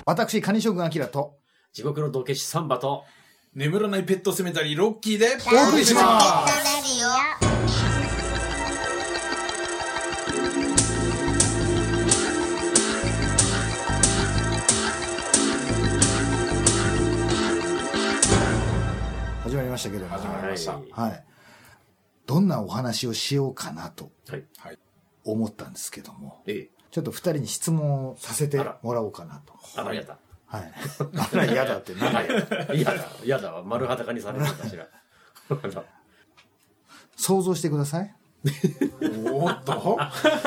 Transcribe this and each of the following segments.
私、カニ将軍アキラと、 地獄の道化師サンバと、 眠らないペットセメタリーロッキーでお送りします。始まりましたけども、 始まりました。 はい。どんなお話をしようかなと思ったんですけども、ちょっと二人に質問をさせてもらおうかなと。 あら、やだ。 はい。あら、やだって何だよ。 やだわ。丸裸にされるのかしら。 想像してください。 おっと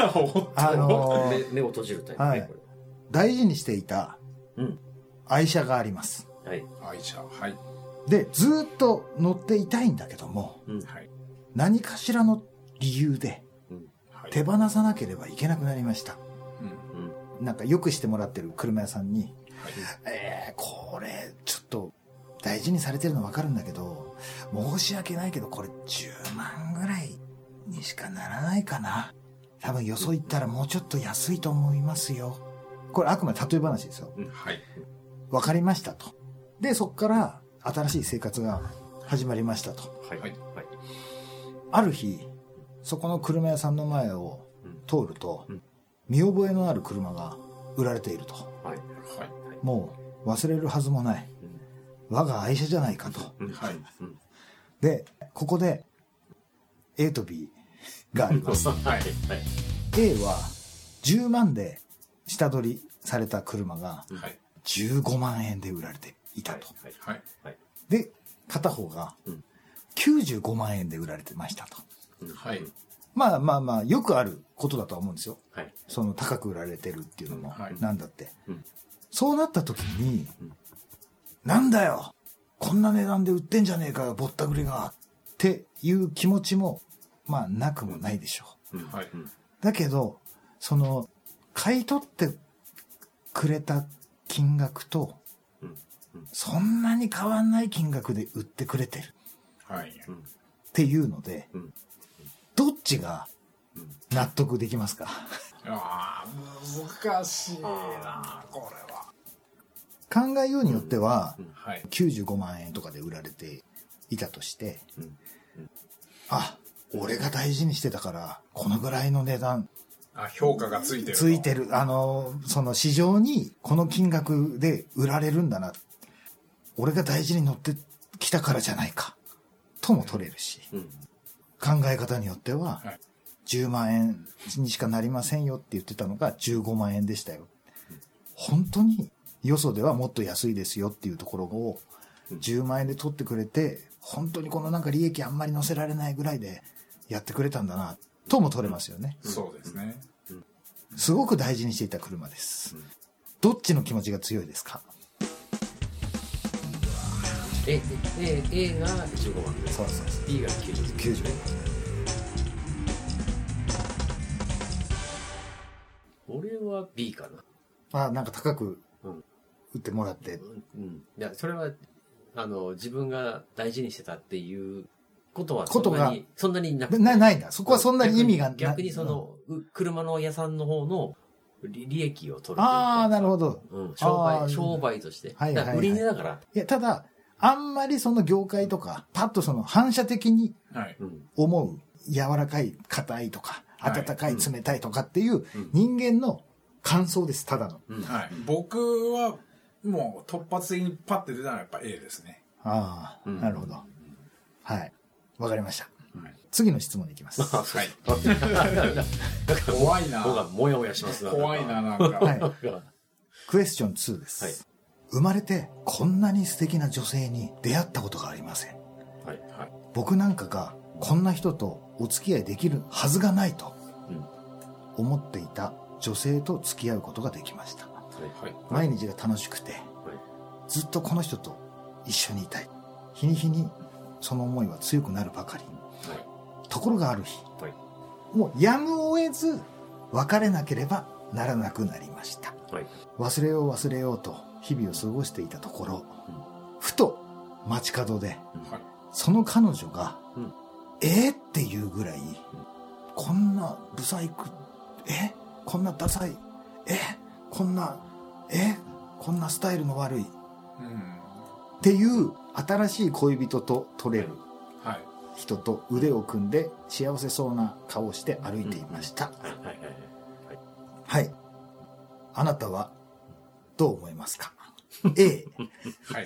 目を閉じるタイプね、 はい、大事にしていた愛車があります。 はい。 愛車。はい。 で、ずっと乗っていたいんだけども、 はい。 何かしらの理由で手放さなければいけなくなりました。なんかよくしてもらってる車屋さんに、これちょっと大事にされてるの分かるんだけど、申し訳ないけどこれ10万ぐらいにしかならないかな。多分よそ行ったらもうちょっと安いと思いますよ。これあくまで例え話ですよ。 はい。 分かりましたと。で、そこから新しい生活が始まりましたと。 はい。はい。 ある日、そこの車屋さんの前を通ると、見覚えのある車が売られていると。 はい。 もう忘れるはずもない。我が愛車じゃないかと。 はい。 で、ここで A と B があります。 はい。 A は10万で下取りされた車が15万円で売られていたと。 はい。 で、片方が95万円で売られてましたと。 はい。 まあ、よくあることだとは思うんですよ。 はい。 その高く売られてるっていうのも、 はいなんだって。そうなった時に、なんだよこんな値段で売ってんじゃねえかよ、ぼったくりがっていう気持ちも、まあ、なくもないでしょう。 はい。 だけど、その、買い取ってくれた金額と、そんなに変わんない金額で売ってくれてる。 はい。 っていうので、どっちが納得できますか？ 難しいなこれは。 考えようによっては、 はい。 95万円とかで売られていたとして、あ、俺が大事にしてたからこのぐらいの値段評価がついてる。 ついてる。その市場にこの金額で売られるんだな。俺が大事に乗ってきたからじゃないかとも取れるし、考え方によっては、10万円にしかなりませんよって言ってたのが15万円でしたよ。本当によそではもっと安いですよっていうところを10万円で取ってくれて、本当にこのなんか利益あんまり乗せられないぐらいでやってくれたんだなとも取れますよね。 そうですね。 すごく大事にしていた車です。どっちの気持ちが強いですか？ A が15万。 そう。 B が90万。俺は B かな。 なんか高く売ってもらって。 いや、それは、自分が大事にしてたっていうことはそんなになくて。 ないんだ。そこはそんなに意味がない。 逆にその、車の屋さんの方の利益を取る。 なるほど。 商売として。売り値だから。 いや、ただ、あんまりその業界とか、パッとその反射的に思う、柔らかい、硬いとか、温かい、冷たいとかっていう人間の感想です、ただの。 僕は、もう突発的にパッて出たのはやっぱ A ですね。 なるほど。はい。わかりました。次の質問に行きます。 はい。怖いな。 僕はもやもやしますな。 怖いな、なんか。 クエスチョン2です。生まれてこんなに素敵な女性に出会ったことがありません。僕なんかがこんな人とお付き合いできるはずがないと思っていた女性と付き合うことができました。毎日が楽しくて、ずっとこの人と一緒にいたい。日に日にその思いは強くなるばかり。ところがある日、もうやむを得ず別れなければならなくなりました。忘れようと日々を過ごしていたところ、ふと街角で、その彼女が、っていうぐらい、こんなブサイク、こんなダサい、こんな、 こんなスタイルの悪い、っていう新しい恋人と取れる人と腕を組んで幸せそうな顔をして歩いていました。はい。あなたはどう思いますか？ A、 はい、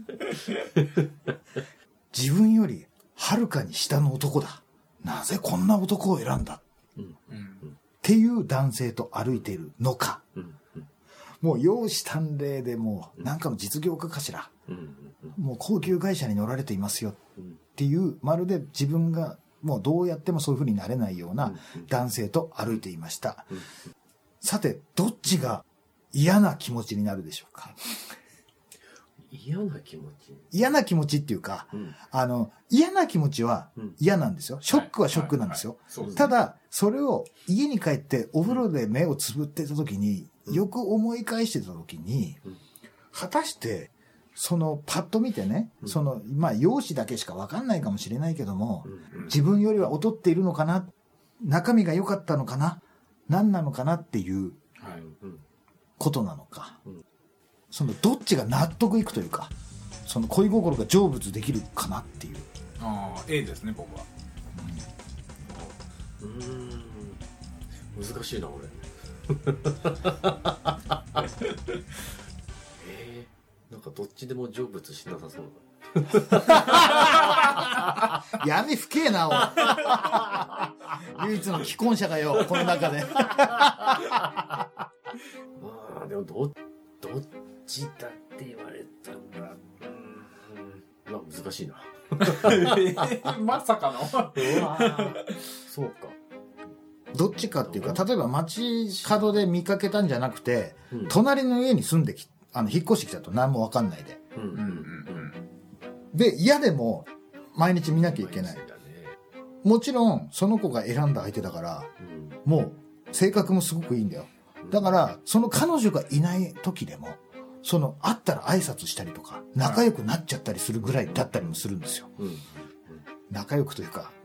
自分よりはるかに下の男だ。なぜこんな男を選んだ、っていう男性と歩いているのか、もう容姿端麗でもうなんかの実業家かしら、もう高級会社に乗られていますよっていう、まるで自分がもうどうやってもそういう風になれないような男性と歩いていました。さて、どっちが嫌な気持ちになるでしょうか？ 嫌な気持ち？ 嫌な気持ちっていうか、嫌な気持ちは嫌なんですよ。ショックはショックなんですよ。ただ、それを家に帰ってお風呂で目をつぶってた時に、よく思い返してた時に、果たして、そのパッと見てね、まあ容姿だけしか分かんないかもしれないけども、自分よりは劣っているのかな、中身が良かったのかな、何なのかなっていうことなのか、どっちが納得いくというか、その恋心が成仏できるかなっていう。 A ですね、僕は。 難しいな俺。なんかどっちでも成仏しなさそうだ。闇深えなおい。唯一の既婚者がよ、この中で。 でもどっちだって言われたら、まあ難しいな。 まさかの。 そうか。 どっちかっていうか、例えば街角で見かけたんじゃなくて、隣の家に住んで引っ越してきたと、何もわかんないで。で、嫌でも毎日見なきゃいけない。もちろん、その子が選んだ相手だから、もう性格もすごくいいんだよ。だから、その彼女がいない時でも、会ったら挨拶したりとか、仲良くなっちゃったりするぐらいだったりもするんですよ。仲良くというか、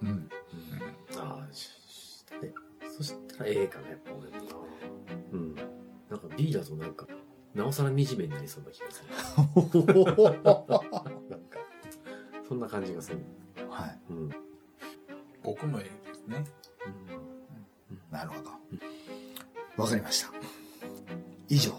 そしたら A かな、やっぱ俺もな。なんか B だとなんか、なおさら惨めになりそうな気がする。なんか、そんな感じがする。 はい。 僕も A ですね。 なるほど。わかりました。以上。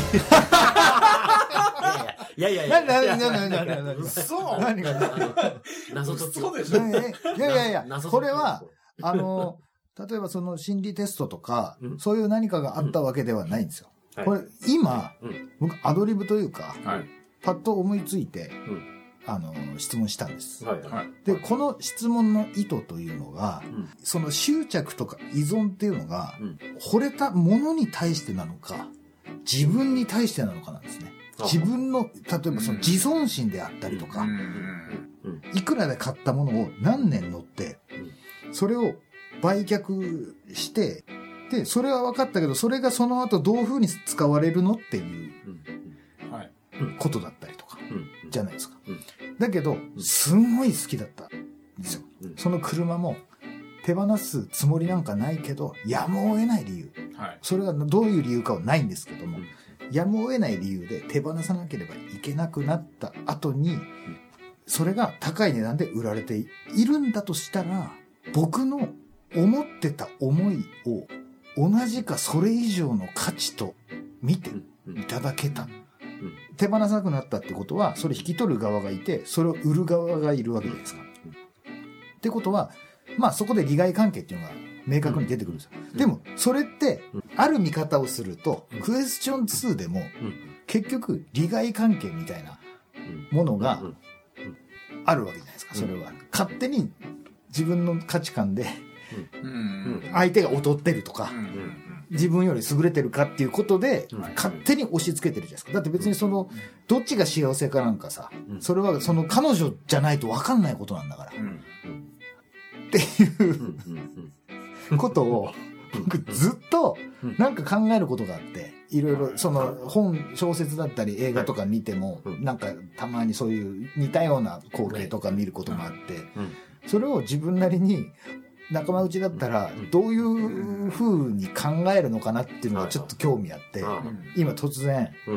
いや。 何嘘？ 何が謎解き。 嘘でしょ？ いや。これは、例えばその心理テストとか、そういう何かがあったわけではないんですよ。これ、今、僕アドリブというか、パッと思いついて、質問したんです。で、この質問の意図というのが、その執着とか依存っていうのが、惚れたものに対してなのか、自分に対してなのかなんですね。自分の、例えばその自尊心であったりとか、いくらで買ったものを何年乗って、それを売却して、で、それは分かったけど、それがその後どういう風に使われるのっていうことだったりとか、じゃないですか。だけど、すんごい好きだったんですよ。その車も手放すつもりなんかないけど、やむを得ない理由。それがどういう理由かはないんですけども、やむを得ない理由で手放さなければいけなくなった後に、それが高い値段で売られているんだとしたら、僕の思ってた思いを同じかそれ以上の価値と見ていただけた。手放さなくなったってことは、それ引き取る側がいて、それを売る側がいるわけじゃないですか。ってことは、まあそこで利害関係っていうのが明確に出てくるんですよ。でも、それって、ある見方をすると、クエスチョン2でも、結局、利害関係みたいなものがあるわけじゃないですか、それは。勝手に自分の価値観で、相手が劣ってるとか、自分より優れてるかっていうことで、勝手に押し付けてるじゃないですか。だって別にどっちが幸せかなんかさ、それはその彼女じゃないと分かんないことなんだから。っていうことを、僕ずっとなんか考えることがあって、いろいろその小説だったり映画とか見ても、なんかたまにそういう似たような光景とか見ることもあって、それを自分なりに仲間内だったらどういう風に考えるのかなっていうのがちょっと興味あって、今突然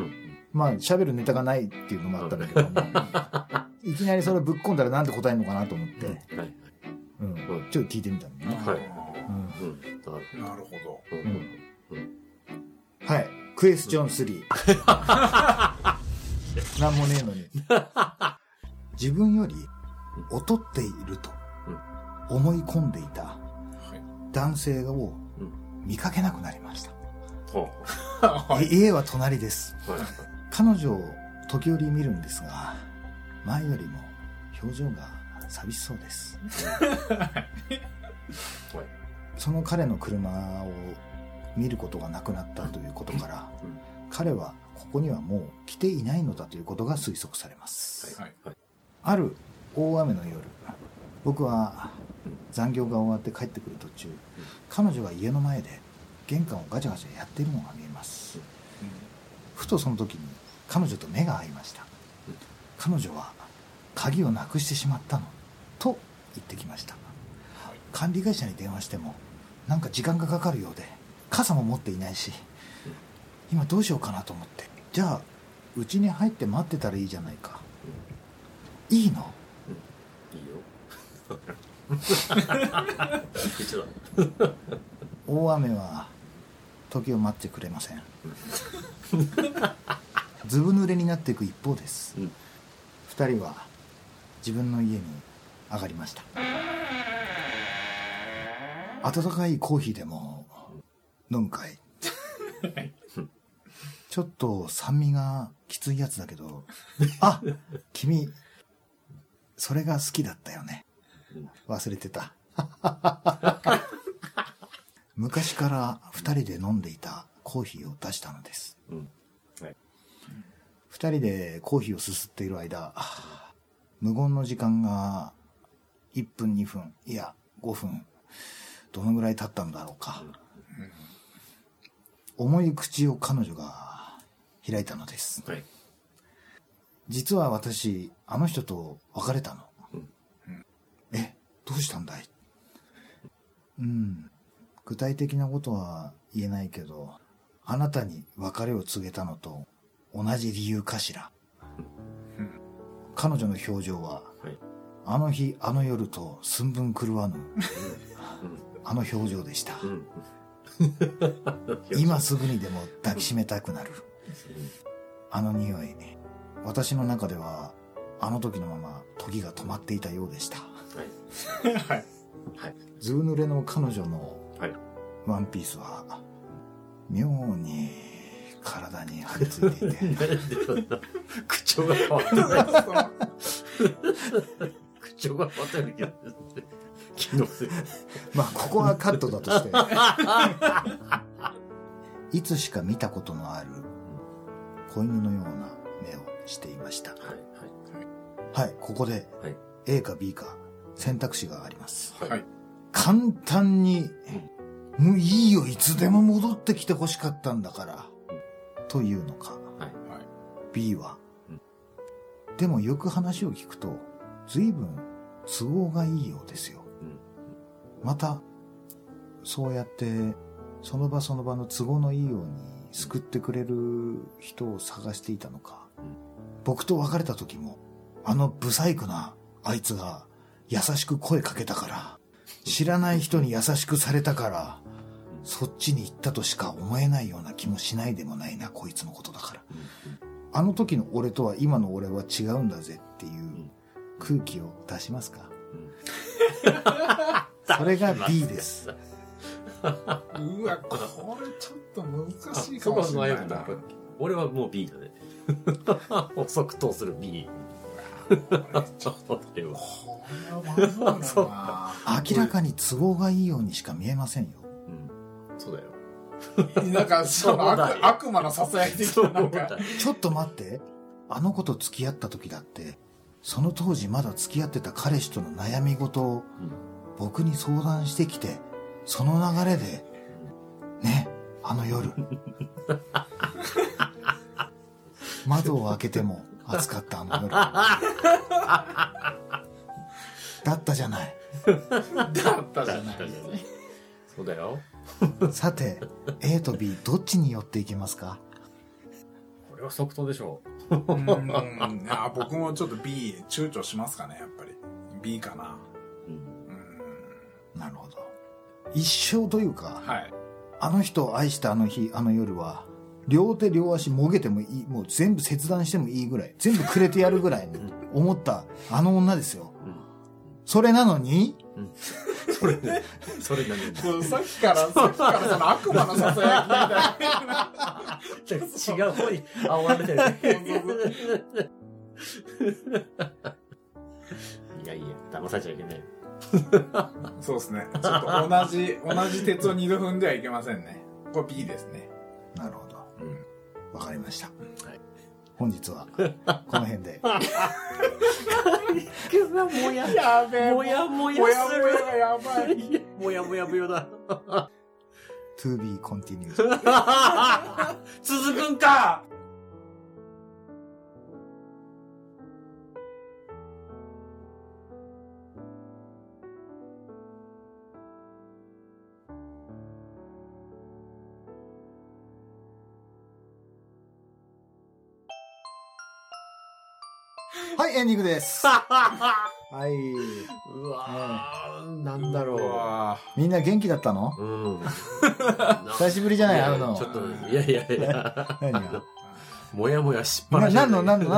まあ喋るネタがないっていうのもあったんだけどもいきなりそれぶっ込んだらなんて答えるのかなと思って、ちょっと聞いてみたのね。 なるほど。 はい、クエスチョン3なんもねえのに自分より劣っていると思い込んでいた男性を見かけなくなりました。家は隣です。彼女を時折見るんですが、前よりも表情が寂しそうです。その彼の車を見ることがなくなったということから、彼はここにはもう来ていないのだということが推測されます。ある大雨の夜、僕は残業が終わって帰ってくる途中、彼女が家の前で玄関をガチャガチャやっているのが見えます。ふとその時に彼女と目が合いました。彼女は鍵をなくしてしまったのと言ってきました。管理会社に電話してもなんか時間がかかるようで、傘も持っていないし、今どうしようかなと思って、じゃあうちに入って待ってたらいいじゃないか。いいの？いいよ大雨は時を待ってくれません。ずぶ濡れになっていく一方です。二人は自分の家に上がりました。温かいコーヒーでも飲むかい？ちょっと酸味がきついやつだけど、あ、君それが好きだったよね。忘れてた。昔から二人で飲んでいたコーヒーを出したのです。二人でコーヒーをすすっている間、無言の時間が1分2分いや5分どのぐらい経ったんだろうか。重い口を彼女が開いたのです。実は私あの人と別れたの。どうしたんだい？具体的なことは言えないけど、あなたに別れを告げたのと同じ理由かしら。彼女の表情は、あの日あの夜と寸分狂わぬあの表情でした。今すぐにでも抱きしめたくなるあの匂い。私の中ではあの時のまま時が止まっていたようでした。ずぶ濡れの彼女のワンピースは妙に体に張り付いていて口調が変わってない口調が変わってるけど気のせい。 まあここはカットだとしていつしか見たことのある子犬のような目をしていました。はい、ここで A か B か選択肢があります。簡単にもういいよ、いつでも戻ってきてほしかったんだからというのか、B は、でもよく話を聞くと随分都合がいいようですよ。またそうやってその場その場の都合のいいように救ってくれる人を探していたのか、僕と別れた時もあのブサイクなあいつが優しく声かけたから、知らない人に優しくされたからそっちに行ったとしか思えないような気もしないでもないな、こいつのことだから。あの時の俺とは今の俺は違うんだぜっていう空気を出しますか？それが B です。 うわ、これちょっと難しいかもしれないな。 俺はもう B だね。即答する B。ちょっと待ってよ。 明らかに都合がいいようにしか見えませんよ。 そうだよ。 なんかその悪魔のささやき的ななんか。 ちょっと待って、あの子と付き合った時だってその当時まだ付き合ってた彼氏との悩み事を僕に相談してきて、その流れでね、あの夜窓を開けても暑かったあの夜だったじゃない。 だったじゃない。 そうだよ。 さて A と B どっちに寄っていきますか？ これは即答でしょいや僕もちょっと B 躊躇しますかね、やっぱり。B かな。 なるほど。一生というか、 はい。 あの人を愛したあの日、あの夜は、両手両足もげてもいい、もう全部切断してもいいぐらい、全部くれてやるぐらいに思ったあの女ですよ。それなのに、 それね。それ何さっきからその悪魔のささやきみたいな。 違う方に煽られてる。いやいや、騙されちゃいけない。 そうですね。ちょっと同じ鉄を二度踏んではいけませんね。これ B ですね。 なるほど。わかりました。 はい、 本日は、この辺で。 もや、 やべえ。 もやもやする。 もやもやがやばい。 もやもや病だ。 to be continued。 続くんか。 はい、エンディングです。はい。 うわー、なんだろう。 みんな元気だったの？久しぶりじゃない、会うの。 ちょっと、いや。何がもやもやしっぱなし。 何の、混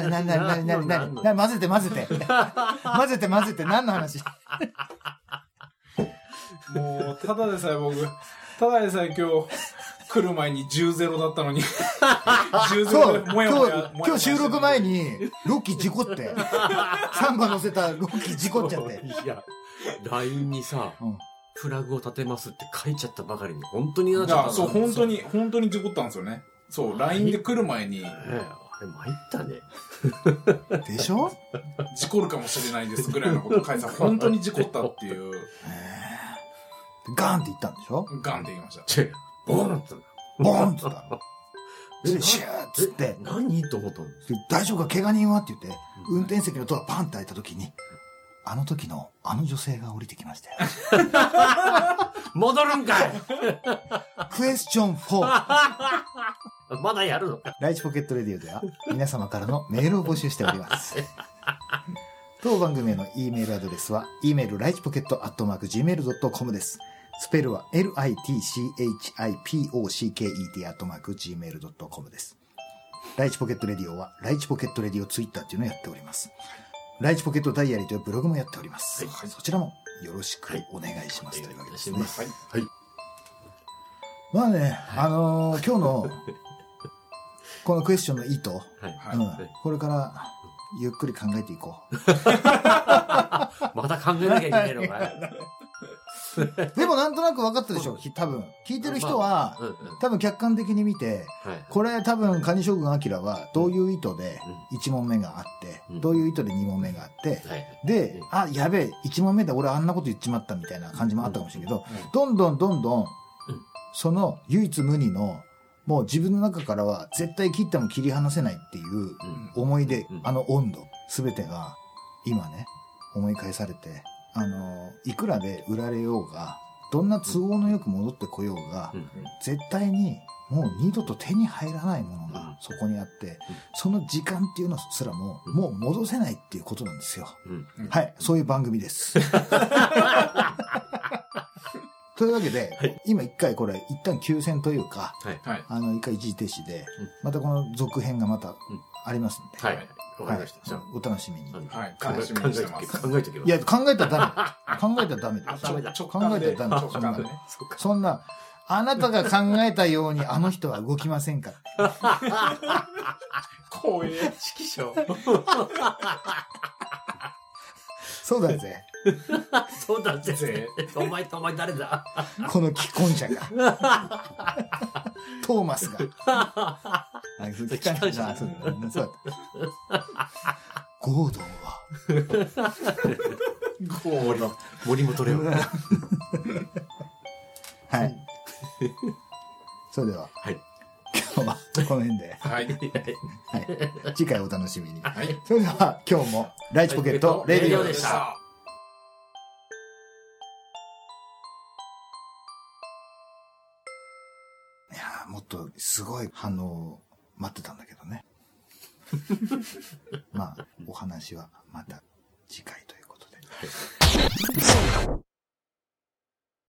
ぜて。混ぜて、何の話？ もう、ただでさえ今日、来る前に10-0だったのに10-0でもやもや。 今日収録前にロッキー事故ってサンバ乗せたロッキー事故っちゃって。 いや LINE にさ、フラグを立てますって書いちゃったばかりに本当になっちゃった。 そう本当に事故ったんですよね。そう LINE で来る前に、 あれ参ったねでしょ。 事故るかもしれないですぐらいのこと書いてた。本当に事故ったっていうガーンって言ったんでしょ。 ガンって言いました。 ボーンって。 ボーンって言ったの。で、シューッつって。 何と思ったの？ 大丈夫か怪我人はって言って、運転席のドアパンって開いた時に、あの時のあの女性が降りてきましたよ。 戻るんかいクエスチョン4。 まだやるのか。 ライチポケットレディオでは皆様からのメールを募集しております。当番組への E メールアドレスは e メールライチポケット@gmail.com です。スペルは litchippocket@gmail.com です。ライチポケットレディオはライチポケットレディオツイッターっていうのをやっております。ライチポケットダイアリーというブログもやっております。はい、そちらもよろしくお願いします、というわけですね。はい。まあね、今日のこのクエスチョンの意図、これからゆっくり考えていこう。 また考えなきゃいけないのかい。 でもなんとなく分かったでしょ。多分聞いてる人は、多分客観的に見て、これ多分カニ将軍アキラはどういう意図で1問目があって、どういう意図で2問目があって、で、あ、やべえ、1問目で俺あんなこと言っちまったみたいな感じもあったかもしれないけど、どんどんその唯一無二のもう自分の中からは絶対切っても切り離せないっていう思い出、あの温度全てが今ね思い返されて、いくらで売られようが、どんな都合のよく戻ってこようが、絶対にもう二度と手に入らないものがそこにあって、その時間っていうのすらももう戻せないっていうことなんですよ。はい、そういう番組です。というわけで、今一回これ一旦休戦というか、一回一時停止で、またこの続編がまたありますんで。 はい。わかりました。じゃあ、 お楽しみに。 はい。楽しみにしてます。 考えておきます。 いや、考えたらダメ。考えたらダメだよ。 ダメだ。 考えたらダメ。そんな、あなたが考えたようにあの人は動きませんから。 光栄。 指揮者。 そうだぜ。 そうだぜ。お前誰だ？ この既婚者が。トーマスが。機関車。そうだ。ゴードンは。 森本レオ。はい。 それでは。 はい。 今日はこの辺で。 はい。 次回お楽しみに。それでは今日もライチポケットレディオでした。いやもっとすごい反応待ってたんだけどね。まあ、お話はまた次回ということで。はい